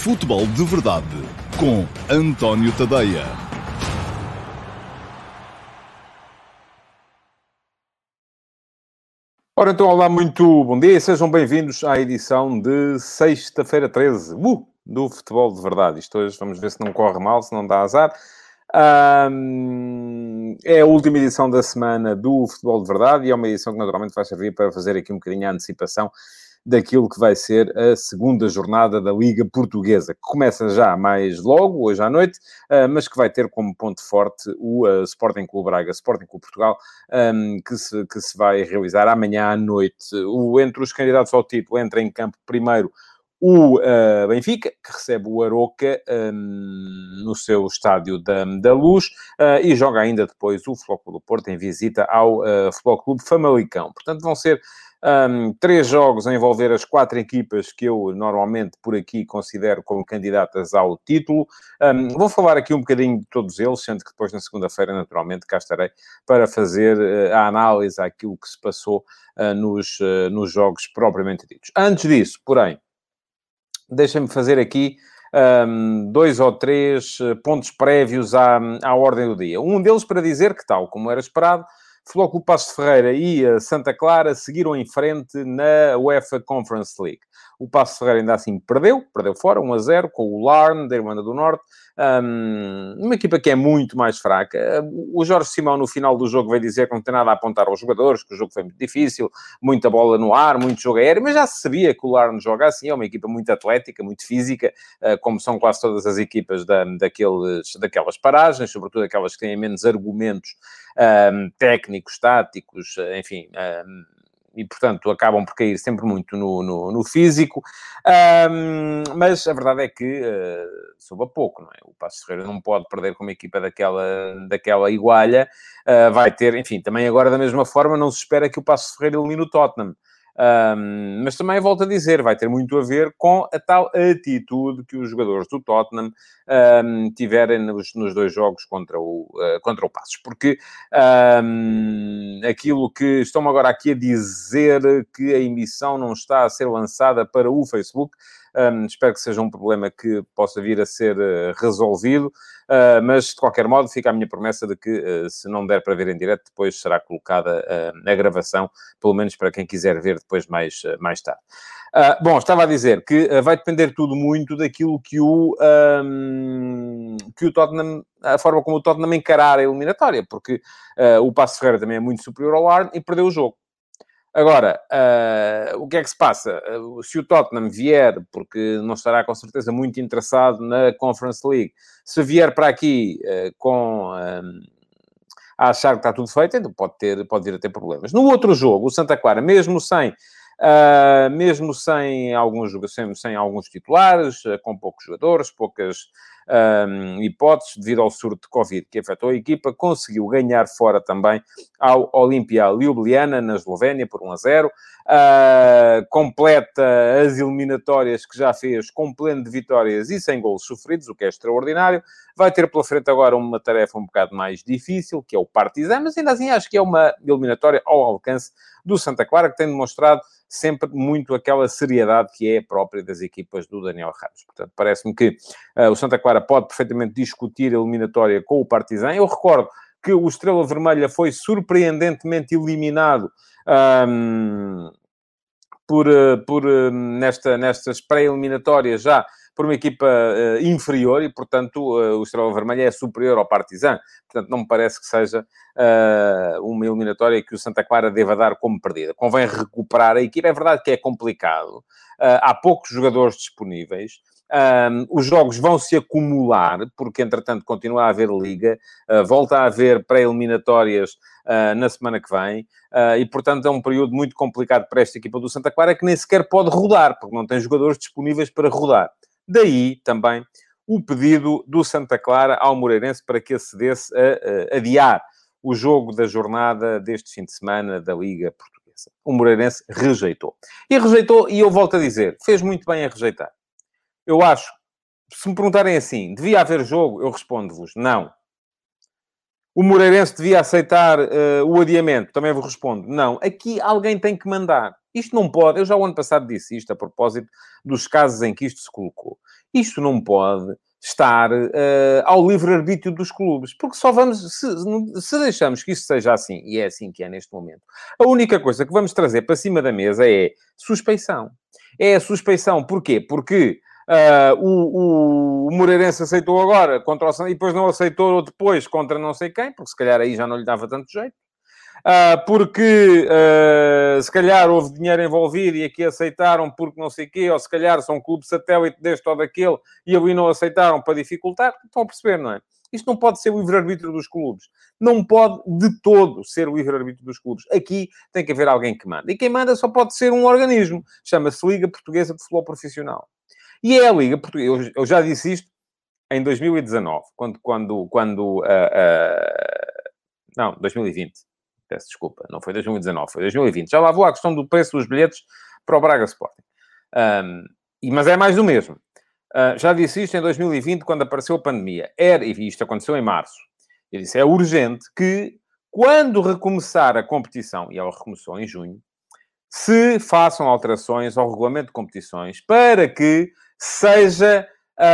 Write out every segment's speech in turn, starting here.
Futebol de Verdade com António Tadeia. Ora então, olá, muito bom dia e sejam bem-vindos à edição de sexta-feira 13 do Futebol de Verdade. Isto hoje, vamos ver se não corre mal, se não dá azar. É a última edição da semana do Futebol de Verdade e é uma edição que naturalmente vai servir para fazer aqui um bocadinho a antecipação daquilo que vai ser a segunda jornada da Liga Portuguesa, que começa já mais logo, hoje à noite, mas que vai ter como ponto forte o Sporting Clube Braga, Sporting Clube Portugal, que se vai realizar amanhã à noite. Entre os candidatos ao título entra em campo primeiro o Benfica, que recebe o Aroca no seu estádio da Luz, e joga ainda depois o Futebol Clube do Porto em visita ao Futebol Clube Famalicão. Portanto, vão ser 3 jogos a envolver as 4 equipas que eu normalmente por aqui considero como candidatas ao título. Vou falar aqui um bocadinho de todos eles, sendo que depois na segunda-feira, naturalmente, cá estarei para fazer a análise àquilo que se passou nos jogos propriamente ditos. Antes disso, porém, deixem-me fazer aqui 2 ou 3 pontos prévios à ordem do dia. Um deles para dizer que, tal como era esperado, Futebol Clube Paços de Ferreira e a Santa Clara seguiram em frente na UEFA Conference League. O Paços de Ferreira ainda assim perdeu fora, 1-0, com o Larne, da Irlanda do Norte. Uma equipa que é muito mais fraca. O Jorge Simão, no final do jogo, veio dizer que não tem nada a apontar aos jogadores, que o jogo foi muito difícil, muita bola no ar, muito jogo aéreo, mas já se sabia que o Larne joga assim, é uma equipa muito atlética, muito física, como são quase todas as equipas daquelas paragens, sobretudo aquelas que têm menos argumentos técnicos, táticos, enfim... e, portanto, acabam por cair sempre muito no físico. Mas a verdade é que soube a pouco, não é? O Paços de Ferreira não pode perder com uma equipa daquela igualha. Vai ter, enfim, também agora da mesma forma, não se espera que o Paços de Ferreira elimine o Tottenham. Mas também volto a dizer, vai ter muito a ver com a tal atitude que os jogadores do Tottenham tiverem nos 2 jogos contra o Paços. Porque aquilo que estão agora aqui a dizer que a emissão não está a ser lançada para o Facebook, espero que seja um problema que possa vir a ser resolvido, mas de qualquer modo fica a minha promessa de que se não der para ver em direto, depois será colocada a gravação, pelo menos para quem quiser ver depois mais tarde. Bom, estava a dizer que vai depender tudo muito daquilo que o Tottenham, a forma como o Tottenham encarar a eliminatória, porque o Paços de Ferreira também é muito superior ao Arne e perdeu o jogo. Agora, o que é que se passa? Se o Tottenham vier, porque não estará com certeza muito interessado na Conference League, se vier para aqui a achar que está tudo feito, então pode vir a ter problemas. No outro jogo, o Santa Clara, mesmo sem alguns titulares, com poucos jogadores, poucas hipóteses, devido ao surto de Covid que afetou a equipa, conseguiu ganhar fora também ao Olimpia Ljubljana, na Eslovénia, por 1-0. Completa as eliminatórias que já fez com pleno de vitórias e sem golos sofridos, o que é extraordinário. Vai ter pela frente agora uma tarefa um bocado mais difícil, que é o Partizan, mas ainda assim acho que é uma eliminatória ao alcance do Santa Clara, que tem demonstrado sempre muito aquela seriedade que é própria das equipas do Daniel Ramos. Portanto, parece-me que o Santa Clara pode perfeitamente discutir a eliminatória com o Partizan. Eu recordo que o Estrela Vermelha foi surpreendentemente eliminado nestas pré-eliminatórias já por uma equipa inferior e, portanto, o Estrela Vermelha é superior ao Partizan. Portanto, não me parece que seja uma eliminatória que o Santa Clara deva dar como perdida. Convém recuperar a equipa. É verdade que é complicado. Há poucos jogadores disponíveis. Os jogos vão se acumular, porque, entretanto, continua a haver liga. Volta a haver pré-eliminatórias na semana que vem. E, portanto, é um período muito complicado para esta equipa do Santa Clara, que nem sequer pode rodar, porque não tem jogadores disponíveis para rodar. Daí, também, o pedido do Santa Clara ao Moreirense para que acedesse a adiar o jogo da jornada deste fim de semana da Liga Portuguesa. O Moreirense rejeitou. E eu volto a dizer, fez muito bem a rejeitar. Eu acho, se me perguntarem assim, devia haver jogo? Eu respondo-vos, não. O Moreirense devia aceitar o adiamento? Também vos respondo, não. Aqui alguém tem que mandar. Isto não pode... Eu já o ano passado disse isto a propósito dos casos em que isto se colocou. Isto não pode estar ao livre-arbítrio dos clubes, porque só vamos... Se deixamos que isto seja assim, e é assim que é neste momento, a única coisa que vamos trazer para cima da mesa é suspeição. É a suspeição. Porquê? Porque o Moreirense aceitou agora contra o Santa e depois não aceitou depois contra não sei quem, porque se calhar aí já não lhe dava tanto jeito. Porque se calhar houve dinheiro envolvido e aqui aceitaram porque não sei o quê, ou se calhar são um clube satélite deste ou daquele e ali não aceitaram para dificultar. Estão a perceber, não é? Isto não pode ser o livre-arbítrio dos clubes. Não pode de todo ser o livre-arbítrio dos clubes. Aqui tem que haver alguém que manda. E quem manda só pode ser um organismo. Chama-se Liga Portuguesa de Futebol Profissional. E é a Liga Portuguesa. Eu já disse isto em 2019, não, 2020. Peço desculpa, não foi 2019, foi 2020. Já lá vou à questão do preço dos bilhetes para o Braga Sporting. Mas é mais do mesmo. Já disse isto em 2020, quando apareceu a pandemia. E isto aconteceu em março. Eu disse, é urgente que, quando recomeçar a competição, e ela recomeçou em junho, se façam alterações ao regulamento de competições para que seja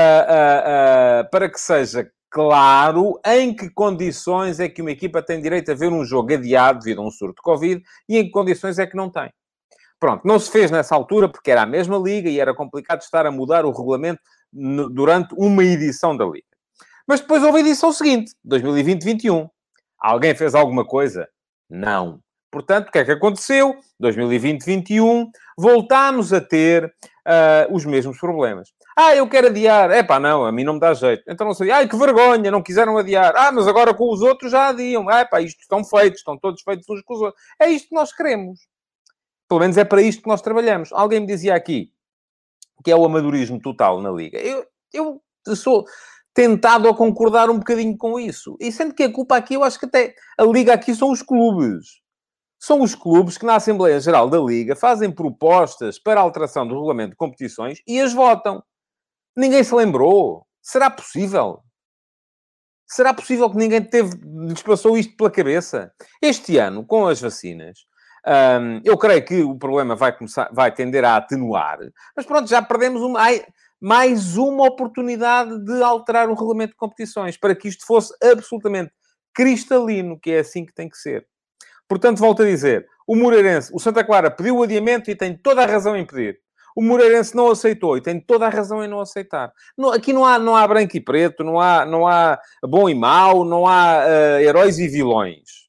claro em que condições é que uma equipa tem direito a ver um jogo adiado devido a um surto de Covid e em que condições é que não tem. Pronto, não se fez nessa altura porque era a mesma liga e era complicado estar a mudar o regulamento durante uma edição da liga. Mas depois houve a edição seguinte, 2020-21. Alguém fez alguma coisa? Não. Portanto, o que é que aconteceu? 2020-21, voltámos a ter os mesmos problemas. Eu quero adiar. Não, a mim não me dá jeito. Então não sei. Que vergonha, não quiseram adiar. Mas agora com os outros já adiam. Isto estão feitos, estão todos feitos uns com os outros. É isto que nós queremos. Pelo menos é para isto que nós trabalhamos. Alguém me dizia aqui que é o amadorismo total na Liga. Eu sou tentado a concordar um bocadinho com isso. E sendo que a culpa aqui, eu acho que até a Liga aqui são os clubes. São os clubes que na Assembleia Geral da Liga fazem propostas para alteração do regulamento de competições e as votam. Ninguém se lembrou. Será possível? Será possível que ninguém lhes passou isto pela cabeça? Este ano, com as vacinas, eu creio que o problema vai tender a atenuar. Mas pronto, já perdemos mais uma oportunidade de alterar o regulamento de competições para que isto fosse absolutamente cristalino, que é assim que tem que ser. Portanto, volto a dizer, o Santa Clara pediu o adiamento e tem toda a razão em pedir. O Moreirense não aceitou e tem toda a razão em não aceitar. Aqui não há branco e preto, não há bom e mau, não há heróis e vilões.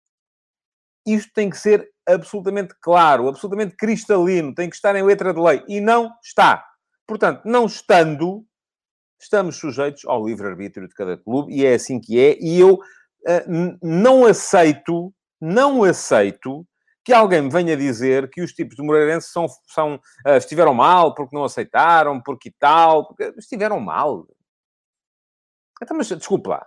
Isto tem que ser absolutamente claro, absolutamente cristalino, tem que estar em letra de lei. E não está. Portanto, não estando, estamos sujeitos ao livre-arbítrio de cada clube e é assim que é. E eu não aceito que alguém me venha dizer que os tipos do Moreirense estiveram mal porque não aceitaram, porque tal, porque estiveram mal. Então, mas desculpe lá.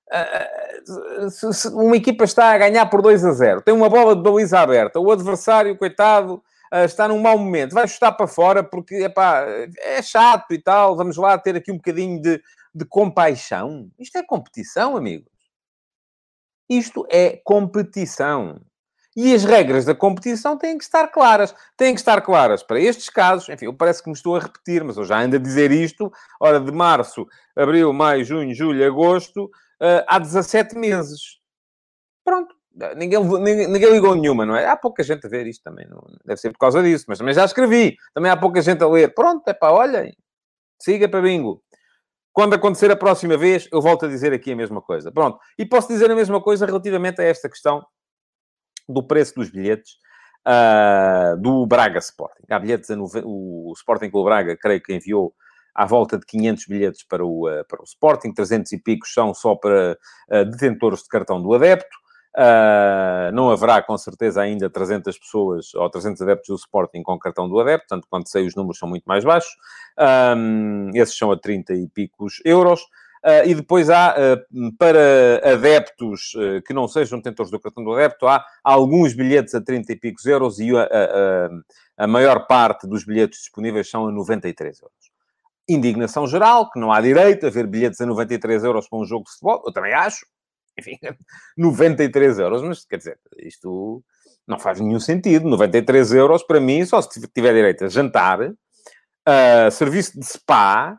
Se uma equipa está a ganhar por 2-0, tem uma bola de baliza aberta, o adversário, coitado, está num mau momento, vai chutar para fora porque, é chato e tal, vamos lá ter aqui um bocadinho de compaixão. Isto é competição, amigos. Isto é competição. E as regras da competição têm que estar claras. Têm que estar claras para estes casos. Enfim, eu parece que me estou a repetir, mas eu já ando a dizer isto. Ora, de março, abril, maio, junho, julho, agosto, há 17 meses. Pronto. Ninguém ligou nenhuma, não é? Há pouca gente a ver isto também. Não deve ser por causa disso. Mas também já escrevi. Também há pouca gente a ler. Pronto, olhem. Siga para bingo. Quando acontecer a próxima vez, eu volto a dizer aqui a mesma coisa. Pronto. E posso dizer a mesma coisa relativamente a esta questão do preço dos bilhetes do Braga Sporting. Há bilhetes, o Sporting Clube Braga, creio que enviou à volta de 500 bilhetes para o Sporting, 300 e picos são só para detentores de cartão do adepto. Não haverá, com certeza, ainda 300 pessoas ou 300 adeptos do Sporting com cartão do adepto, portanto, quando sei, os números são muito mais baixos. Esses são a 30 e picos euros. E depois há, para adeptos que não sejam detentores do cartão do adepto, há alguns bilhetes a 30 e picos euros e a maior parte dos bilhetes disponíveis são a 93 euros. Indignação geral, que não há direito a ver bilhetes a 93 euros para um jogo de futebol. Eu também acho. Enfim, 93 euros. Mas, quer dizer, isto não faz nenhum sentido. 93 euros, para mim, só se tiver direito a jantar, serviço de spa,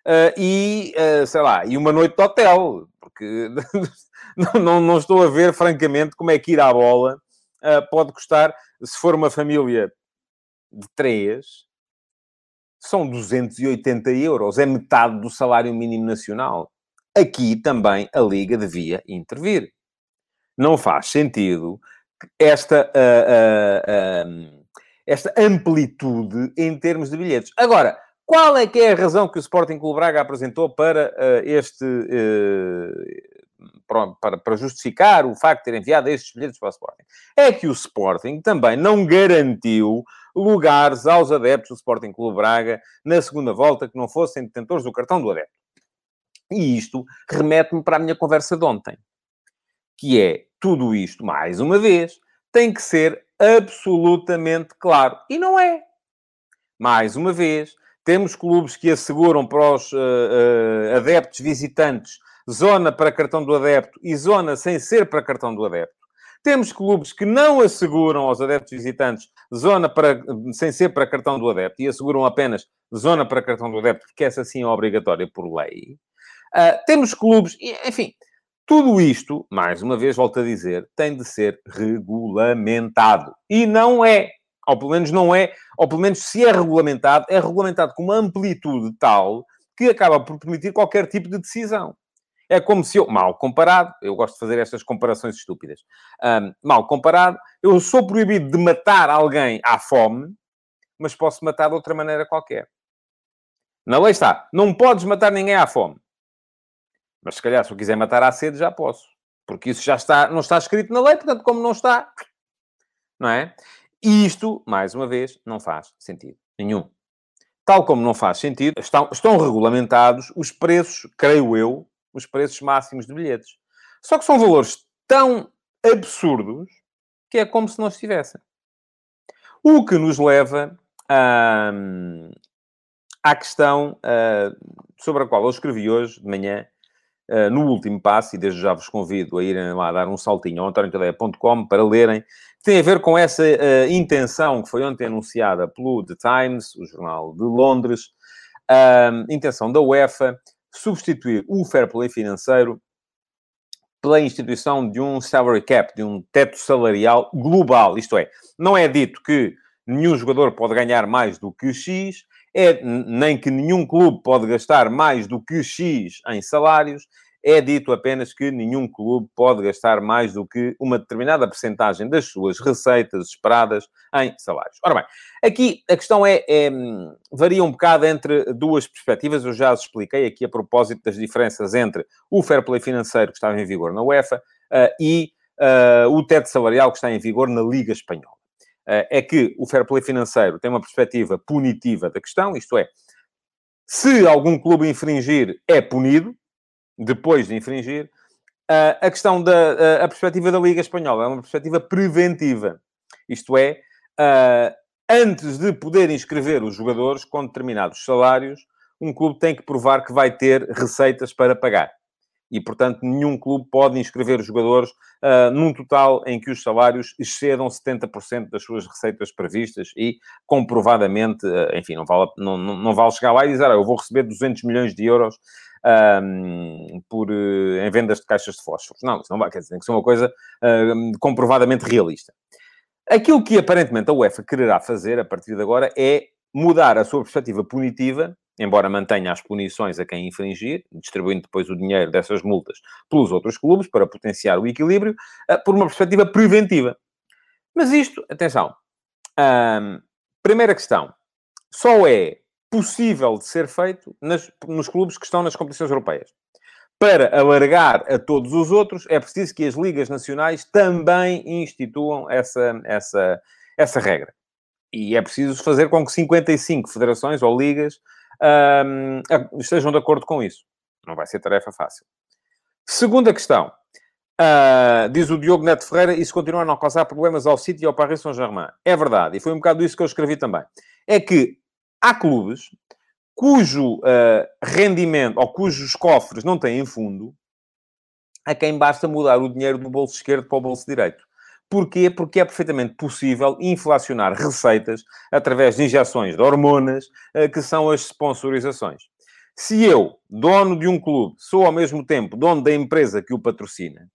sei lá, e uma noite de hotel, porque não estou a ver, francamente, como é que ir à bola pode custar, se for uma família de 3, são 280 euros, é metade do salário mínimo nacional. Aqui também a Liga devia intervir. Não faz sentido esta, esta amplitude em termos de bilhetes. Agora, qual é que é a razão que o Sporting Clube Braga apresentou para para justificar o facto de ter enviado estes bilhetes para o Sporting? É que o Sporting também não garantiu lugares aos adeptos do Sporting Clube Braga na segunda volta que não fossem detentores do cartão do adepto. E isto remete-me para a minha conversa de ontem, que é, tudo isto, mais uma vez, tem que ser absolutamente claro. E não é. Mais uma vez, temos clubes que asseguram para os adeptos visitantes zona para cartão do adepto e zona sem ser para cartão do adepto. Temos clubes que não asseguram aos adeptos visitantes zona sem ser para cartão do adepto e asseguram apenas zona para cartão do adepto, porque essa sim é obrigatória por lei. Temos clubes... Enfim, tudo isto, mais uma vez, volto a dizer, tem de ser regulamentado. E não é. Ou pelo menos não é. Ou pelo menos, se é regulamentado com uma amplitude tal que acaba por permitir qualquer tipo de decisão. É como se eu, mal comparado, eu gosto de fazer estas comparações estúpidas. Mal comparado, eu sou proibido de matar alguém à fome, mas posso matar de outra maneira qualquer. Na lei está, não podes matar ninguém à fome. Mas se calhar, se eu quiser matar à sede, já posso. Porque isso já está, não está escrito na lei, portanto, como não está, não é? E isto, mais uma vez, não faz sentido nenhum. Tal como não faz sentido, estão regulamentados os preços, creio eu, os preços máximos de bilhetes. Só que são valores tão absurdos que é como se não estivessem. O que nos leva à questão sobre a qual eu escrevi hoje de manhã, no último passo, e desde já vos convido a irem lá dar um saltinho ao antoniotadeia.com para lerem, tem a ver com essa intenção que foi ontem anunciada pelo The Times, o jornal de Londres, intenção da UEFA substituir o fair play financeiro pela instituição de um salary cap, de um teto salarial global. Isto é, não é dito que nenhum jogador pode ganhar mais do que X, nem que nenhum clube pode gastar mais do que X em salários, é dito apenas que nenhum clube pode gastar mais do que uma determinada percentagem das suas receitas esperadas em salários. Ora bem, aqui a questão varia um bocado entre duas perspectivas. Eu já as expliquei aqui a propósito das diferenças entre o fair play financeiro que estava em vigor na UEFA e o teto salarial que está em vigor na Liga Espanhola. É que o fair play financeiro tem uma perspectiva punitiva da questão, isto é, se algum clube infringir, é punido, depois de infringir. A questão a perspectiva da Liga Espanhola é uma perspectiva preventiva. Isto é, antes de poder inscrever os jogadores com determinados salários, um clube tem que provar que vai ter receitas para pagar. E, portanto, nenhum clube pode inscrever os jogadores num total em que os salários excedam 70% das suas receitas previstas e, comprovadamente, enfim, não vale chegar lá e dizer eu vou receber 200 milhões de euros em vendas de caixas de fósforos. Não, isso não vai, quer dizer, tem que ser uma coisa comprovadamente realista. Aquilo que, aparentemente, a UEFA quererá fazer, a partir de agora, é mudar a sua perspectiva punitiva, embora mantenha as punições a quem infringir, distribuindo depois o dinheiro dessas multas pelos outros clubes, para potenciar o equilíbrio, por uma perspectiva preventiva. Mas isto, atenção, primeira questão, só é possível de ser feito nos clubes que estão nas competições europeias. Para alargar a todos os outros, é preciso que as ligas nacionais também instituam essa regra. E é preciso fazer com que 55 federações ou ligas estejam de acordo com isso. Não vai ser tarefa fácil. Segunda questão. Diz o Diogo Neto Ferreira, isso continua a não causar problemas ao City e ao Paris Saint-Germain. É verdade, e foi um bocado isso que eu escrevi também. É que há clubes cujo rendimento, ou cujos cofres não têm fundo, a quem basta mudar o dinheiro do bolso esquerdo para o bolso direito. Porquê? Porque é perfeitamente possível inflacionar receitas através de injeções de hormonas, que são as sponsorizações. Se eu, dono de um clube, sou ao mesmo tempo dono da empresa que o patrocina,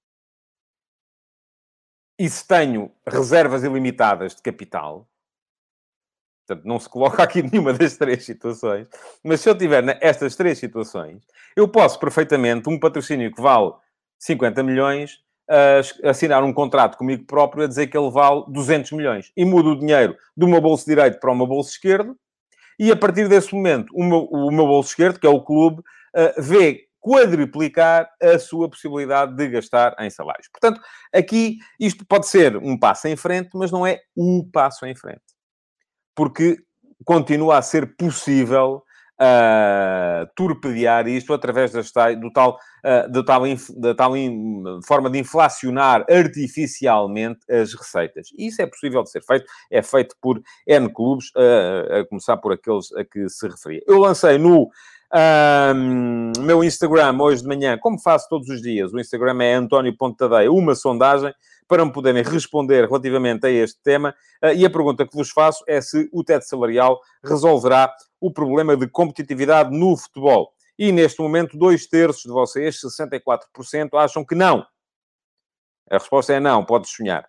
e se tenho reservas ilimitadas de capital, portanto, não se coloca aqui nenhuma das três situações, mas se eu tiver estas três situações, eu posso perfeitamente, um patrocínio que vale 50 milhões, assinar um contrato comigo próprio a dizer que ele vale 200 milhões. E mudo o dinheiro do meu bolso direito para o meu bolso esquerdo, e a partir desse momento, o meu bolso esquerdo, que é o clube, vê quadruplicar a sua possibilidade de gastar em salários. Portanto, aqui isto pode ser um passo em frente, mas não é o passo em frente. Porque continua a ser possível torpedear isto através da tal forma de inflacionar artificialmente as receitas. E isso é possível de ser feito. É feito por N clubes, a começar por aqueles a que se referia. Eu lancei no meu Instagram hoje de manhã, como faço todos os dias, o Instagram é António.tadeia, uma sondagem para me poderem responder relativamente a este tema. E a pergunta que vos faço é se o teto salarial resolverá o problema de competitividade no futebol. E, neste momento, 2/3 de vocês, 64%, acham que não. A resposta é não, podes sonhar.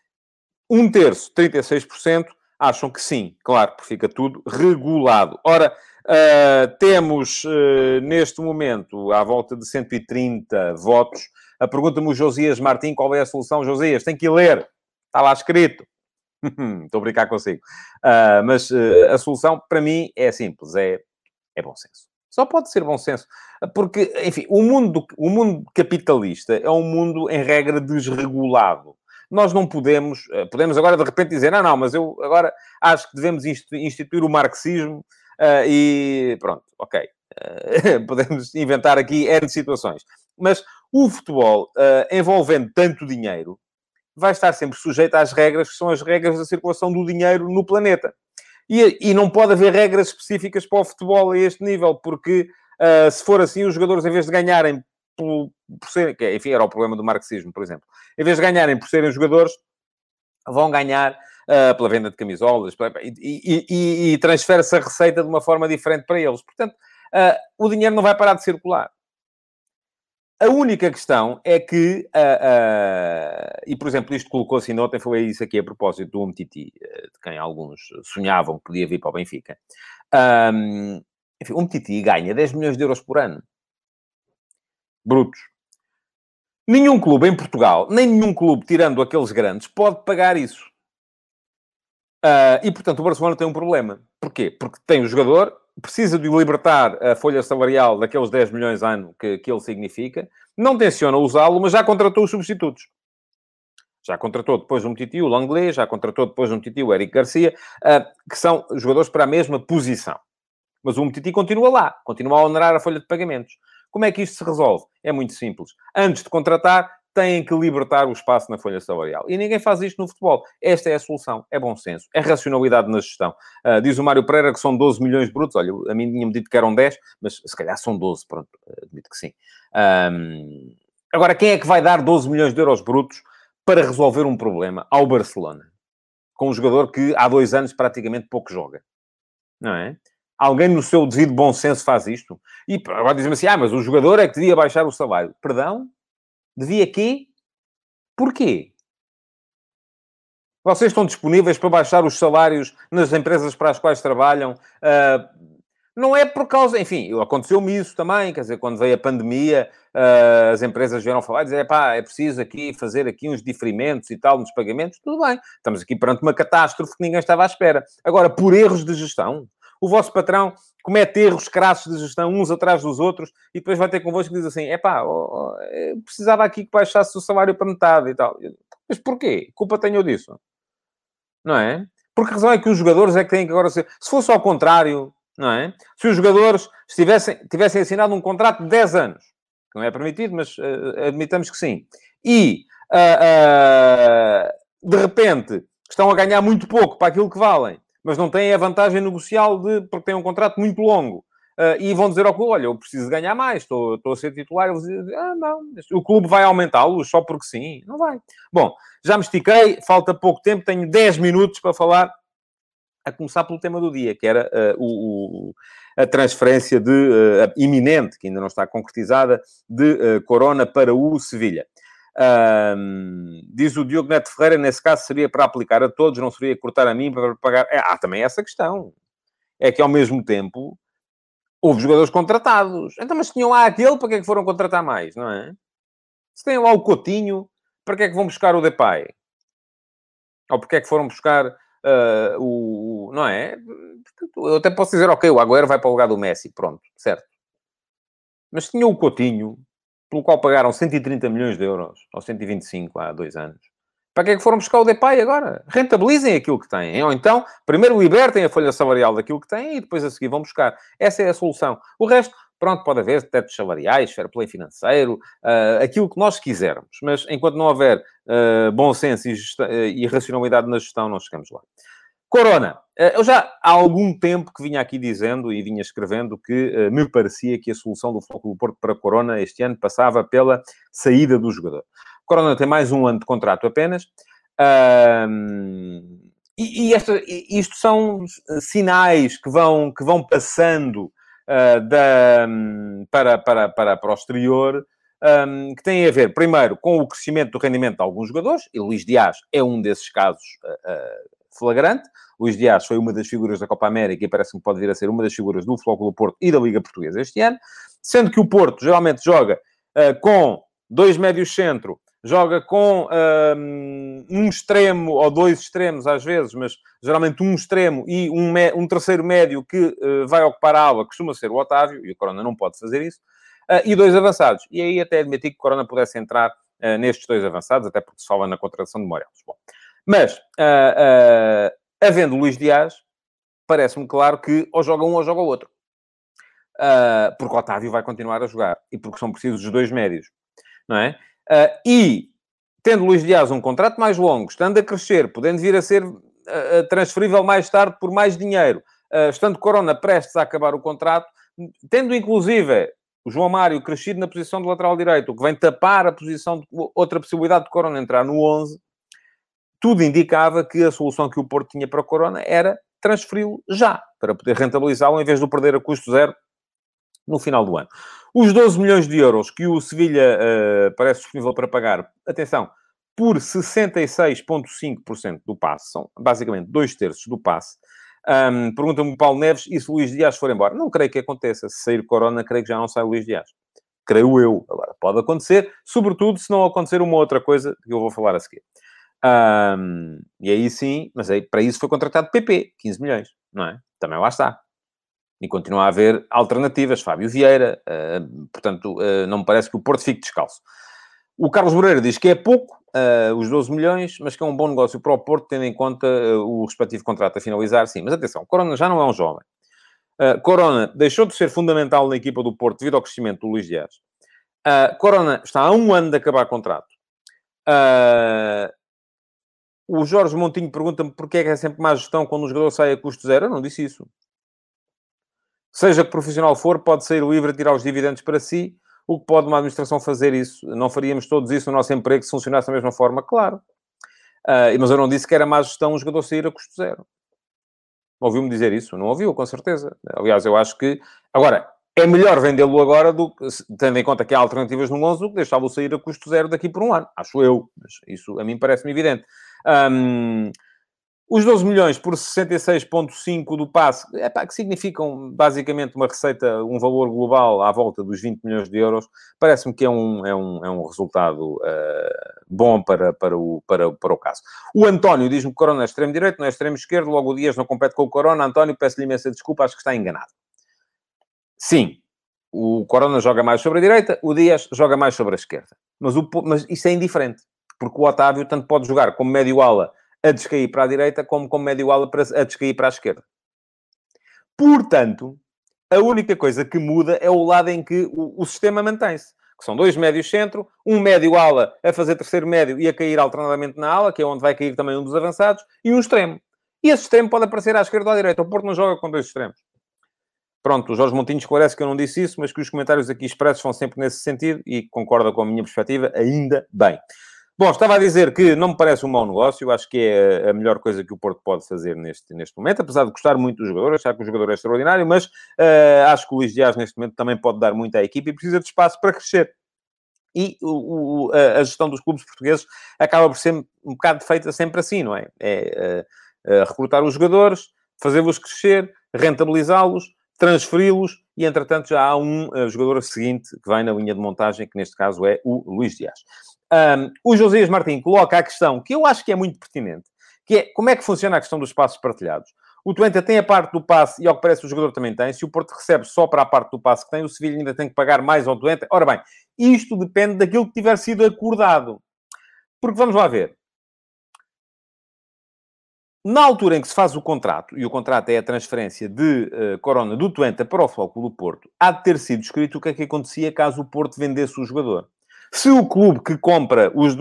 1/3, 36%, acham que sim. Claro, porque fica tudo regulado. Ora, temos, neste momento, à volta de 130 votos. Pergunta-me o Josias Martim qual é a solução. Josias, tem que ir ler. Está lá escrito. Estou a brincar consigo. Mas a solução, para mim, é simples. É bom senso. Só pode ser bom senso. Porque, enfim, o mundo capitalista é um mundo, em regra, desregulado. Nós não podemos agora, de repente, dizer não, mas eu agora acho que devemos instituir o marxismo e pronto, ok. Podemos inventar aqui N situações. Mas o futebol, envolvendo tanto dinheiro, vai estar sempre sujeito às regras que são as regras da circulação do dinheiro no planeta. E não pode haver regras específicas para o futebol a este nível, porque se for assim, os jogadores, em vez de ganharem por serem... Enfim, era o problema do marxismo, por exemplo. Em vez de ganharem por serem jogadores, vão ganhar pela venda de camisolas e transfere-se a receita de uma forma diferente para eles. Portanto, o dinheiro não vai parar de circular. A única questão é que, e por exemplo, isto colocou-se ainda ontem, foi isso aqui a propósito do Umtiti, de quem alguns sonhavam que podia vir para o Benfica. Enfim, o Umtiti ganha 10 milhões de euros por ano. Brutos. Nenhum clube em Portugal, nem nenhum clube, tirando aqueles grandes, pode pagar isso. E, portanto, o Barcelona tem um problema. Porquê? Porque tem o jogador, precisa de libertar a folha salarial daqueles 10 milhões ano que ele significa, não tenciona usá-lo, mas já contratou os substitutos. Já contratou depois um Titi, o Langlais, já contratou depois um Titi, o Eric Garcia, que são jogadores para a mesma posição. Mas o Titi continua lá, continua a onerar a folha de pagamentos. Como é que isto se resolve? É muito simples. Antes de contratar, têm que libertar o espaço na folha salarial. E ninguém faz isto no futebol. Esta é a solução. É bom senso. É racionalidade na gestão. Diz o Mário Pereira que são 12 milhões brutos. Olha, a mim tinha-me dito que eram 10, mas se calhar são 12. Pronto, admito que sim. Agora, quem é que vai dar 12 milhões de euros brutos para resolver um problema ao Barcelona? Com um jogador que há 2 anos praticamente pouco joga. Não é? Alguém no seu devido bom senso faz isto? E agora dizem-me assim, mas o jogador é que devia baixar o salário. Perdão? Devia quê? Porquê? Vocês estão disponíveis para baixar os salários nas empresas para as quais trabalham? Não é por causa... Enfim, aconteceu-me isso também, quer dizer, quando veio a pandemia, as empresas vieram falar e dizer, é preciso aqui fazer aqui uns diferimentos e tal nos pagamentos. Tudo bem, estamos aqui perante uma catástrofe que ninguém estava à espera. Agora, por erros de gestão, o vosso patrão comete erros crassos de gestão uns atrás dos outros e depois vai ter convosco e diz assim, precisava aqui que baixasse o salário para metade e tal. Mas porquê? Culpa tenho eu disso? Não é? Porque a razão é que os jogadores é que têm que agora ser... Se fosse ao contrário, não é? Se os jogadores tivessem assinado um contrato de 10 anos, que não é permitido, mas admitamos que sim, e de repente estão a ganhar muito pouco para aquilo que valem, mas não têm a vantagem negocial porque têm um contrato muito longo. E vão dizer ao clube, olha, eu preciso ganhar mais, estou a ser titular. Eu vou dizer, não, o clube vai aumentá-lo só porque sim. Não vai. Bom, já me estiquei, falta pouco tempo, tenho 10 minutos para falar A começar pelo tema do dia, que era a transferência iminente, que ainda não está concretizada, de Corona para o Sevilha. Diz o Diogo Neto Ferreira, nesse caso seria para aplicar a todos, não seria cortar a mim para pagar... há também essa questão. É que, ao mesmo tempo, houve jogadores contratados. Então, mas tinham lá aquele, para que é que foram contratar mais, não é? Se têm lá o Coutinho, para que é que vão buscar o Depay? Ou porque é que foram buscar não é? Eu até posso dizer, ok, o Agüero vai para o lugar do Messi, pronto, certo. Mas tinha o Coutinho, pelo qual pagaram 130 milhões de euros, ou 125 há 2 anos. Para que é que foram buscar o Depay agora? Rentabilizem aquilo que têm. Ou então, primeiro libertem a folha salarial daquilo que têm e depois a seguir vão buscar. Essa é a solução. O resto, pronto, pode haver tetos salariais, fair play financeiro, aquilo que nós quisermos. Mas enquanto não houver bom senso e racionalidade na gestão, não chegamos lá. Corona. Eu já há algum tempo que vinha aqui dizendo e vinha escrevendo que me parecia que a solução do Futebol Clube do Porto para Corona este ano passava pela saída do jogador. Corona tem mais um ano de contrato apenas. Isto são sinais que vão passando para o exterior, que têm a ver, primeiro, com o crescimento do rendimento de alguns jogadores, e Luís Dias é um desses casos flagrante. Luís Dias foi uma das figuras da Copa América e parece-me que pode vir a ser uma das figuras do Futebol Clube do Porto e da Liga Portuguesa este ano, sendo que o Porto geralmente joga com 2 médios centro, joga com um extremo, ou 2 extremos às vezes, mas geralmente um extremo e um terceiro médio que vai ocupar a ala, costuma ser o Otávio, e o Corona não pode fazer isso, e 2 avançados. E aí até admiti que o Corona pudesse entrar nestes 2 avançados, até porque se fala na contratação de Morelos. Bom, mas, havendo Luís Dias, parece-me claro que ou joga um ou joga o outro. Porque o Otávio vai continuar a jogar. E porque são precisos os 2 médios. Não é? E, tendo Luís Dias um contrato mais longo, estando a crescer, podendo vir a ser transferível mais tarde por mais dinheiro, estando Corona prestes a acabar o contrato, tendo inclusive o João Mário crescido na posição de lateral direito, o que vem tapar a posição de outra possibilidade de Corona entrar no 11, tudo indicava que a solução que o Porto tinha para o Corona era transferi-lo já, para poder rentabilizá-lo, em vez de o perder a custo zero no final do ano. Os 12 milhões de euros que o Sevilha parece disponível para pagar, atenção, por 66,5% do passe, são basicamente 2/3 do passe. Pergunta-me o Paulo Neves, e se o Luís Dias for embora? Não creio que aconteça. Se sair Corona, creio que já não sai o Luís Dias. Creio eu. Agora, pode acontecer, sobretudo se não acontecer uma outra coisa que eu vou falar a seguir. E aí sim, mas aí, para isso foi contratado PP, 15 milhões, não é? Também lá está. E continua a haver alternativas, Fábio Vieira, portanto, não me parece que o Porto fique descalço. O Carlos Moreira diz que é pouco, os 12 milhões, mas que é um bom negócio para o Porto, tendo em conta o respectivo contrato a finalizar, sim. Mas atenção, Corona já não é um jovem. Corona deixou de ser fundamental na equipa do Porto devido ao crescimento do Luís Dias. Corona está há um ano de acabar contrato. O Jorge Montinho pergunta-me porque é que é sempre má gestão quando um jogador sai a custo zero. Eu não disse isso. Seja que profissional for, pode sair livre a tirar os dividendos para si. O que pode uma administração fazer isso? Não faríamos todos isso no nosso emprego se funcionasse da mesma forma? Claro. Mas eu não disse que era má gestão um jogador sair a custo zero. Ouviu-me dizer isso? Não ouviu, com certeza. Aliás, eu acho que... Agora, é melhor vendê-lo agora, tendo em conta que há alternativas no 11, do que deixá-lo sair a custo zero daqui por um ano. Acho eu. Mas isso a mim parece-me evidente. Os 12 milhões por 66,5 do passe, que significam basicamente uma receita, um valor global à volta dos 20 milhões de euros, parece-me que é um resultado bom para o caso. O António diz-me que o Corona é extremo-direito, não é extremo-esquerdo, logo o Dias não compete com o Corona. António, peço-lhe imensa desculpa, acho que está enganado. Sim, o Corona joga mais sobre a direita, o Dias joga mais sobre a esquerda. Mas isso é indiferente, porque o Otávio tanto pode jogar como médio-ala a descair para a direita, como médio-ala a descair para a esquerda. Portanto, a única coisa que muda é o lado em que o sistema mantém-se. Que são 2 médios centro, um médio-ala a fazer terceiro médio e a cair alternadamente na ala, que é onde vai cair também um dos avançados, e um extremo. E esse extremo pode aparecer à esquerda ou à direita. O Porto não joga com 2 extremos. Pronto, o Jorge Montinho esclarece que eu não disse isso, mas que os comentários aqui expressos vão sempre nesse sentido e concorda com a minha perspectiva, ainda bem. Bom, estava a dizer que não me parece um mau negócio. Eu acho que é a melhor coisa que o Porto pode fazer neste momento, apesar de gostar muito do jogador, achar que o jogador é extraordinário, mas acho que o Luís Dias, neste momento, também pode dar muito à equipa e precisa de espaço para crescer. E a gestão dos clubes portugueses acaba por ser um bocado feita sempre assim, não é? Recrutar os jogadores, fazê-los crescer, rentabilizá-los, transferi-los e, entretanto, já há um jogador seguinte que vai na linha de montagem, que neste caso é o Luís Dias. O Josias Martins coloca a questão, que eu acho que é muito pertinente, que é como é que funciona a questão dos passos partilhados. O Twente tem a parte do passe e, ao que parece, o jogador também tem. Se o Porto recebe só para a parte do passe que tem, o Sevilha ainda tem que pagar mais ao Twente. Ora bem, isto depende daquilo que tiver sido acordado. Porque vamos lá ver. Na altura em que se faz o contrato, e o contrato é a transferência de Corona do Twente para o Futebol Clube do Porto, há de ter sido escrito o que é que acontecia caso o Porto vendesse o jogador. Se o clube que compra os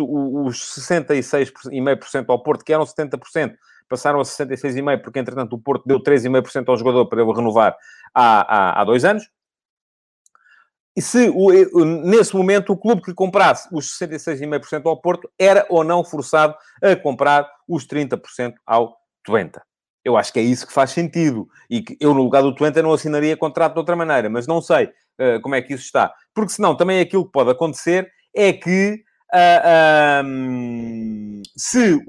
66,5% ao Porto, que eram 70%, passaram a 66,5%, porque, entretanto, o Porto deu 3,5% ao jogador para ele renovar há 2 anos. E se, nesse momento, o clube que comprasse os 66,5% ao Porto era ou não forçado a comprar os 30% ao Twente. Eu acho que é isso que faz sentido. E que eu, no lugar do Twente, não assinaria contrato de outra maneira. Mas não sei como é que isso está. Porque, senão, também aquilo que pode acontecer é que se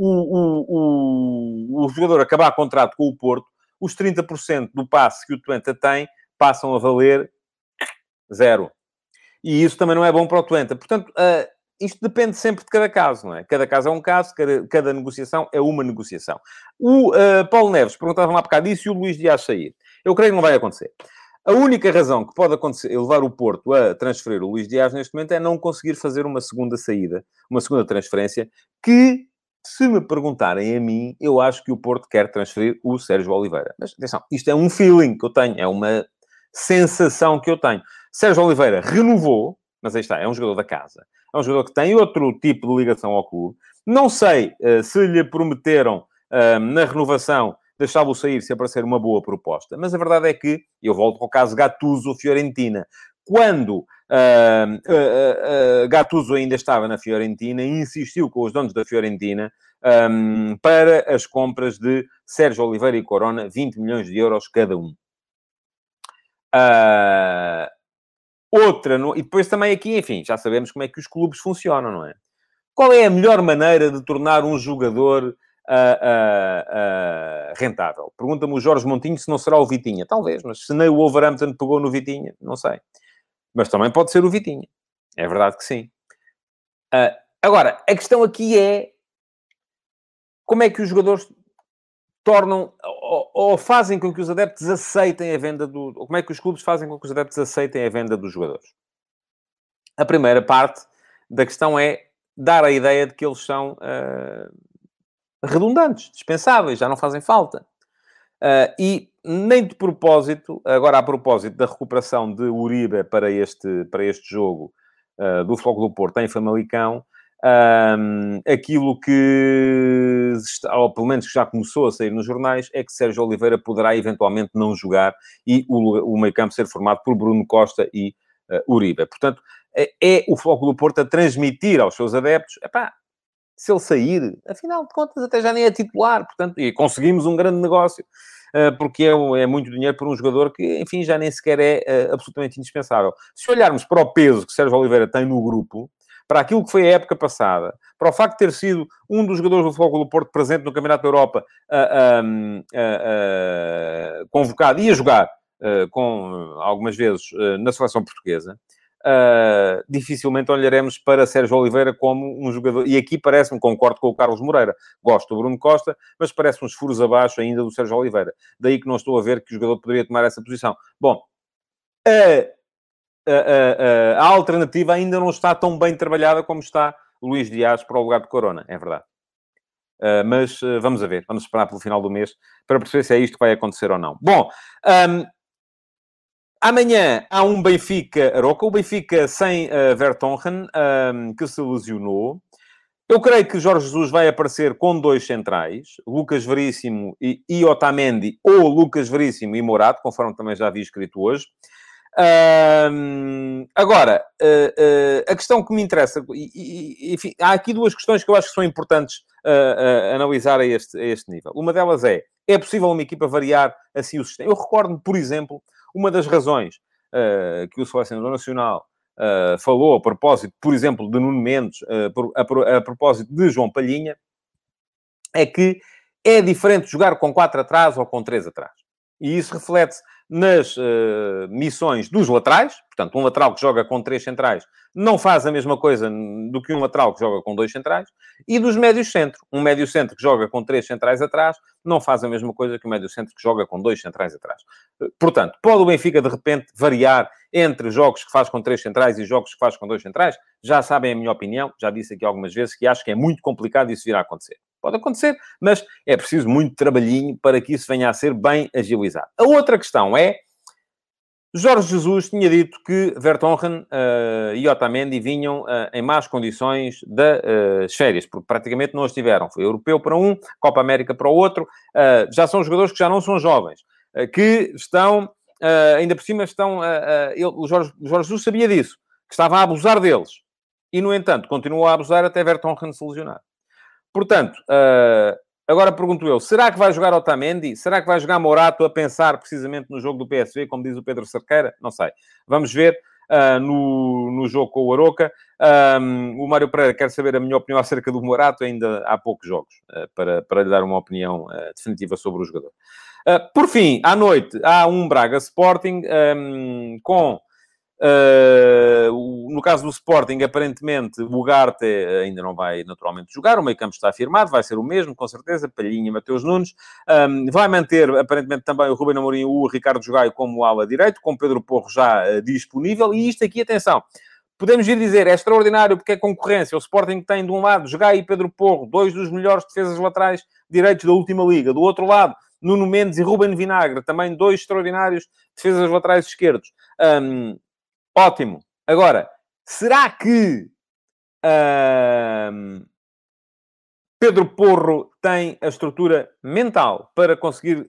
o jogador acabar contrato com o Porto, os 30% do passe que o Twente tem passam a valer 0. E isso também não é bom para o Twente. Portanto, isto depende sempre de cada caso, não é? Cada caso é um caso, cada negociação é uma negociação. O Paulo Neves perguntava-me há bocado isso e o Luís Dias sair. Eu creio que não vai acontecer. A única razão que pode acontecer, levar o Porto a transferir o Luís Dias neste momento é não conseguir fazer uma segunda saída, uma segunda transferência, que, se me perguntarem a mim, eu acho que o Porto quer transferir o Sérgio Oliveira. Mas, atenção, isto é um feeling que eu tenho, é uma sensação que eu tenho. Sérgio Oliveira renovou, mas aí está, é um jogador da casa. É um jogador que tem outro tipo de ligação ao clube. Não sei se lhe prometeram na renovação deixá-lo sair se aparecer uma boa proposta. Mas a verdade é que, eu volto ao caso Gattuso-Fiorentina. Quando Gattuso ainda estava na Fiorentina, insistiu com os donos da Fiorentina para as compras de Sérgio Oliveira e Corona, 20 milhões de euros cada um. E depois também aqui, enfim, já sabemos como é que os clubes funcionam, não é? Qual é a melhor maneira de tornar um jogador rentável? Pergunta-me o Jorge Montinho se não será o Vitinha. Talvez, mas se nem o Wolverhampton pegou no Vitinha, não sei. Mas também pode ser o Vitinha. É verdade que sim. Agora, a questão aqui é como é que os jogadores tornam ou fazem com que os adeptos aceitem a venda ou como é que os clubes fazem com que os adeptos aceitem a venda dos jogadores? A primeira parte da questão é dar a ideia de que eles são redundantes, dispensáveis, já não fazem falta. E nem de propósito, agora a propósito da recuperação de Uribe para este jogo do Futebol Clube do Porto em Famalicão, aquilo que, ou pelo menos que já começou a sair nos jornais, é que Sérgio Oliveira poderá eventualmente não jogar e o meio-campo ser formado por Bruno Costa e Uribe. Portanto, é o Futebol Clube do Porto a transmitir aos seus adeptos, se ele sair, afinal de contas, até já nem é titular, portanto, e conseguimos um grande negócio, porque é muito dinheiro por um jogador que, enfim, já nem sequer é absolutamente indispensável. Se olharmos para o peso que Sérgio Oliveira tem no grupo, para aquilo que foi a época passada, para o facto de ter sido um dos jogadores do Futebol Clube do Porto presente no Campeonato da Europa, convocado e a jogar com algumas vezes na seleção portuguesa, dificilmente olharemos para Sérgio Oliveira como um jogador, e aqui parece-me, concordo com o Carlos Moreira, gosto do Bruno Costa, mas parece uns furos abaixo ainda do Sérgio Oliveira, daí que não estou a ver que o jogador poderia tomar essa posição. Bom, a alternativa ainda não está tão bem trabalhada como está Luís Dias para o lugar de Corona, é verdade. Mas vamos a ver, vamos esperar pelo final do mês para perceber se é isto que vai acontecer ou não. Bom, amanhã há um Benfica-Aroca. O Benfica sem Vertonghen, que se lesionou. Eu creio que Jorge Jesus vai aparecer com 2 centrais, Lucas Veríssimo e Otamendi, ou Lucas Veríssimo e Morato, conforme também já vi escrito hoje. Agora, a questão que me interessa, enfim, há aqui duas questões que eu acho que são importantes analisar a este nível. Uma delas é possível uma equipa variar assim o sistema? Eu recordo-me, por exemplo, uma das razões que o selecionador nacional falou a propósito, por exemplo, de Nuno Mendes, a propósito de João Palhinha, é que é diferente jogar com 4 atrás ou com 3 atrás. E isso reflete-se nas missões dos laterais. Portanto, um lateral que joga com 3 centrais não faz a mesma coisa do que um lateral que joga com 2 centrais. E dos médios-centro. Um médio-centro que joga com 3 centrais atrás não faz a mesma coisa que um médio-centro que joga com 2 centrais atrás. Portanto, pode o Benfica, de repente, variar entre jogos que faz com 3 centrais e jogos que faz com 2 centrais? Já sabem a minha opinião. Já disse aqui algumas vezes que acho que é muito complicado isso vir a acontecer. Pode acontecer, mas é preciso muito trabalhinho para que isso venha a ser bem agilizado. A outra questão é... Jorge Jesus tinha dito que Vertonghen e Otamendi vinham em más condições das férias, porque praticamente não as tiveram. Foi europeu para um, Copa América para o outro. Já são jogadores que já não são jovens, que estão, ainda por cima, o Jorge Jesus sabia disso, que estava a abusar deles. E, no entanto, continuou a abusar até Vertonghen se lesionar. Portanto, agora pergunto eu, será que vai jogar Otamendi? Será que vai jogar Morato a pensar precisamente no jogo do PSV, como diz o Pedro Cerqueira? Não sei. Vamos ver no jogo com o Aroca. O Mário Pereira quer saber a minha opinião acerca do Morato. Ainda há poucos jogos para lhe dar uma opinião definitiva sobre o jogador. Por fim, à noite, há um Braga Sporting com... no caso do Sporting, aparentemente, o Ugarte ainda não vai naturalmente jogar, o meio-campo está afirmado, vai ser o mesmo, com certeza, Palhinha e Mateus Nunes. Vai manter, aparentemente, também o Ruben Amorim, o Ricardo Jogaio como ala direito, com Pedro Porro já disponível. E isto aqui, atenção, podemos ir dizer, é extraordinário porque é concorrência. O Sporting tem, de um lado, Jogaio e Pedro Porro, dois dos melhores defesas laterais direitos da última liga. Do outro lado, Nuno Mendes e Ruben Vinagre, também dois extraordinários defesas laterais esquerdos. Ótimo. Agora, será que Pedro Porro tem a estrutura mental para conseguir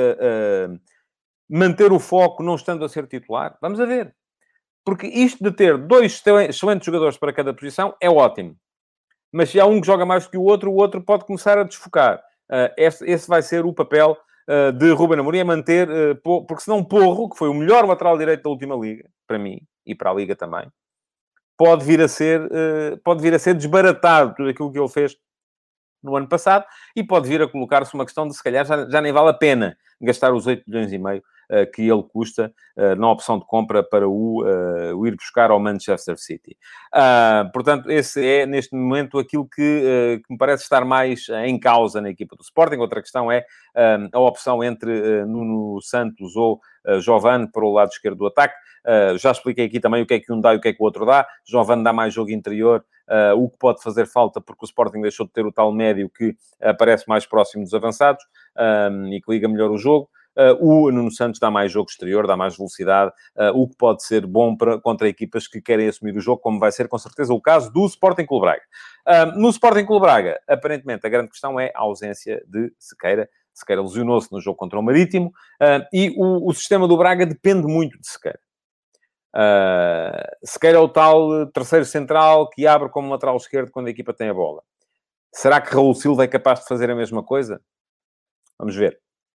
manter o foco não estando a ser titular? Vamos a ver. Porque isto de ter dois excelentes jogadores para cada posição é ótimo. Mas se há um que joga mais do que o outro pode começar a desfocar. Esse vai ser o papel de Ruben Amorim, a manter... porque senão Porro, que foi o melhor lateral direito da última liga, para mim, e para a Liga também, pode vir a ser desbaratado tudo aquilo que ele fez no ano passado e pode vir a colocar-se uma questão de, se calhar, já nem vale a pena gastar os 8,5 milhões que ele custa na opção de compra para o ir buscar ao Manchester City. Portanto, esse é, neste momento, aquilo que me parece estar mais em causa na equipa do Sporting. Outra questão é a opção entre Nuno Santos ou Jovane para o lado esquerdo do ataque. Já expliquei aqui também o que é que um dá e o que é que o outro dá. Jovane dá mais jogo interior, o que pode fazer falta porque o Sporting deixou de ter o tal médio que aparece mais próximo dos avançados e que liga melhor o jogo. O Nuno Santos dá mais jogo exterior, dá mais velocidade, o que pode ser bom contra equipas que querem assumir o jogo, como vai ser com certeza o caso do Sporting Clube Braga. No Sporting Clube Braga, aparentemente, a grande questão é a ausência de Sequeira. Sequeira lesionou-se no jogo contra o Marítimo e o sistema do Braga depende muito de Sequeira. Sequeira é o tal terceiro central que abre como lateral esquerdo quando a equipa tem a bola. Será que Raul Silva é capaz de fazer a mesma coisa? Vamos ver.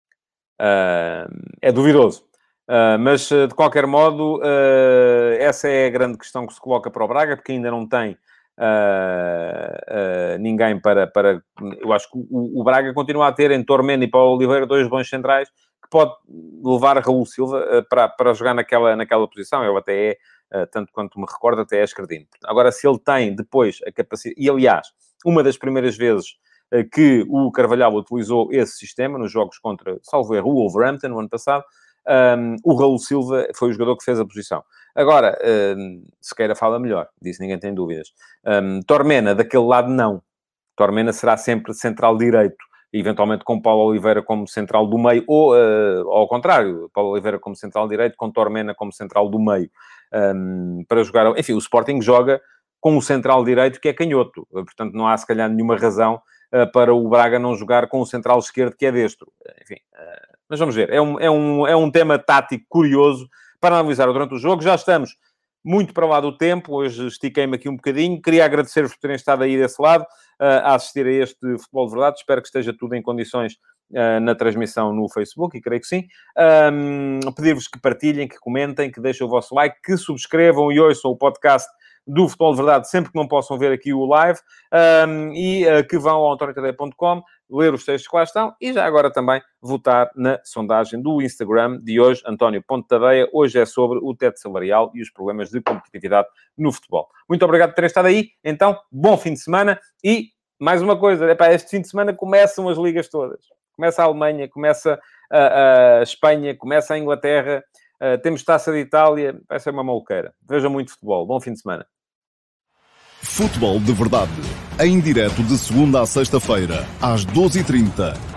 É duvidoso. Mas, de qualquer modo, essa é a grande questão que se coloca para o Braga, porque ainda não tem ninguém para... Eu acho que o Braga continua a ter, em Tormeno e Paulo Oliveira, dois bons centrais, que pode levar Raul Silva para jogar naquela posição. Ele até é, tanto quanto me recordo, até é esquerdino. Agora, se ele tem depois a capacidade... E, aliás, uma das primeiras vezes que o Carvalhal utilizou esse sistema nos jogos contra, salvo erro, o Wolverhampton, no ano passado, o Raul Silva foi o jogador que fez a posição. Agora, Sequeira fala melhor, disso ninguém tem dúvidas. Tormena, daquele lado, não. Tormena será sempre central direito, eventualmente com Paulo Oliveira como central do meio, ou ao contrário, Paulo Oliveira como central direito, com Tormena como central do meio, para jogar... Enfim, o Sporting joga com o central direito, que é canhoto. Portanto, não há, se calhar, nenhuma razão para o Braga não jogar com o central esquerdo, que é destro. Enfim, mas vamos ver. É um tema tático curioso para analisar durante o jogo. Já estamos muito para lá do tempo, hoje estiquei-me aqui um bocadinho. Queria agradecer-vos por terem estado aí desse lado, a assistir a este Futebol de Verdade. Espero que esteja tudo em condições na transmissão no Facebook, e creio que sim. Pedir-vos que partilhem, que comentem, que deixem o vosso like, que subscrevam e ouçam o podcast do Futebol de Verdade sempre que não possam ver aqui o live, e que vão ao antoniotadeia.com ler os textos que lá estão e já agora também votar na sondagem do Instagram de hoje, António.tadeia. Hoje é sobre o teto salarial e os problemas de competitividade no futebol. Muito obrigado por terem estado aí. Então, bom fim de semana e, mais uma coisa, este fim de semana começam as ligas todas. Começa a Alemanha, começa a Espanha, começa a Inglaterra, temos Taça de Itália, vai ser uma maluqueira. Vejam muito futebol. Bom fim de semana. Futebol de Verdade, em direto de segunda a sexta-feira, às 12h30,